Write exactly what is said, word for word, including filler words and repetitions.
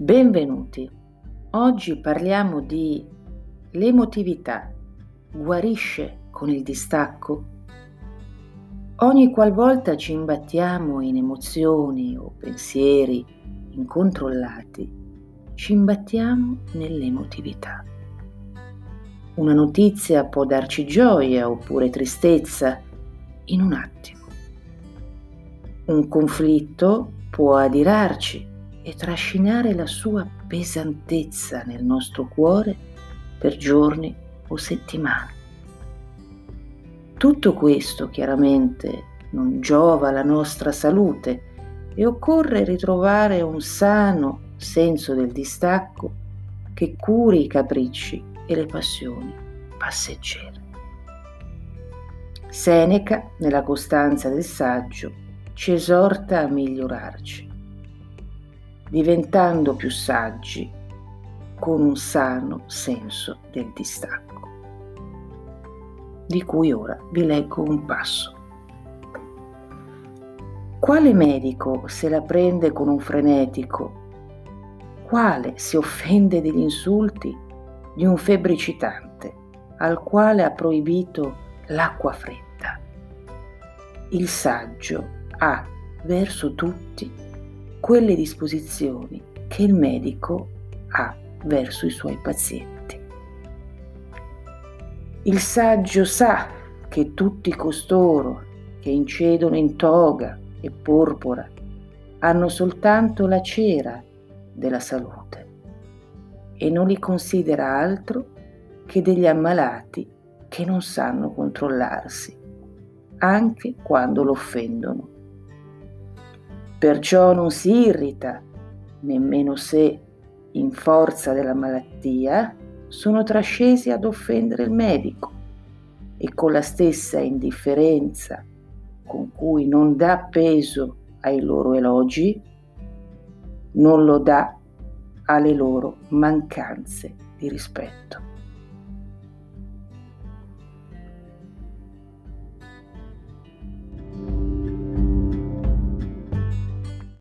Benvenuti. Oggi parliamo di l'emotività. Guarisce con il distacco? Ogni qualvolta ci imbattiamo in emozioni o pensieri incontrollati, ci imbattiamo nell'emotività. Una notizia può darci gioia oppure tristezza in un attimo. Un conflitto può adirarci e trascinare la sua pesantezza nel nostro cuore per giorni o settimane. Tutto questo chiaramente non giova alla nostra salute e occorre ritrovare un sano senso del distacco che curi i capricci e le passioni passeggere. Seneca, nella Costanza del Saggio, ci esorta a migliorarci, diventando più saggi con un sano senso del distacco, di cui ora vi leggo un passo. Quale medico se la prende con un frenetico? Quale si offende degli insulti di un febbricitante al quale ha proibito l'acqua fredda? Il saggio ha verso tutti quelle disposizioni che il medico ha verso i suoi pazienti. Il saggio sa che tutti costoro che incedono in toga e porpora hanno soltanto la cera della salute e non li considera altro che degli ammalati che non sanno controllarsi, anche quando lo offendono. Perciò non si irrita, nemmeno se, in forza della malattia, sono trascesi ad offendere il medico e con la stessa indifferenza con cui non dà peso ai loro elogi, non lo dà alle loro mancanze di rispetto.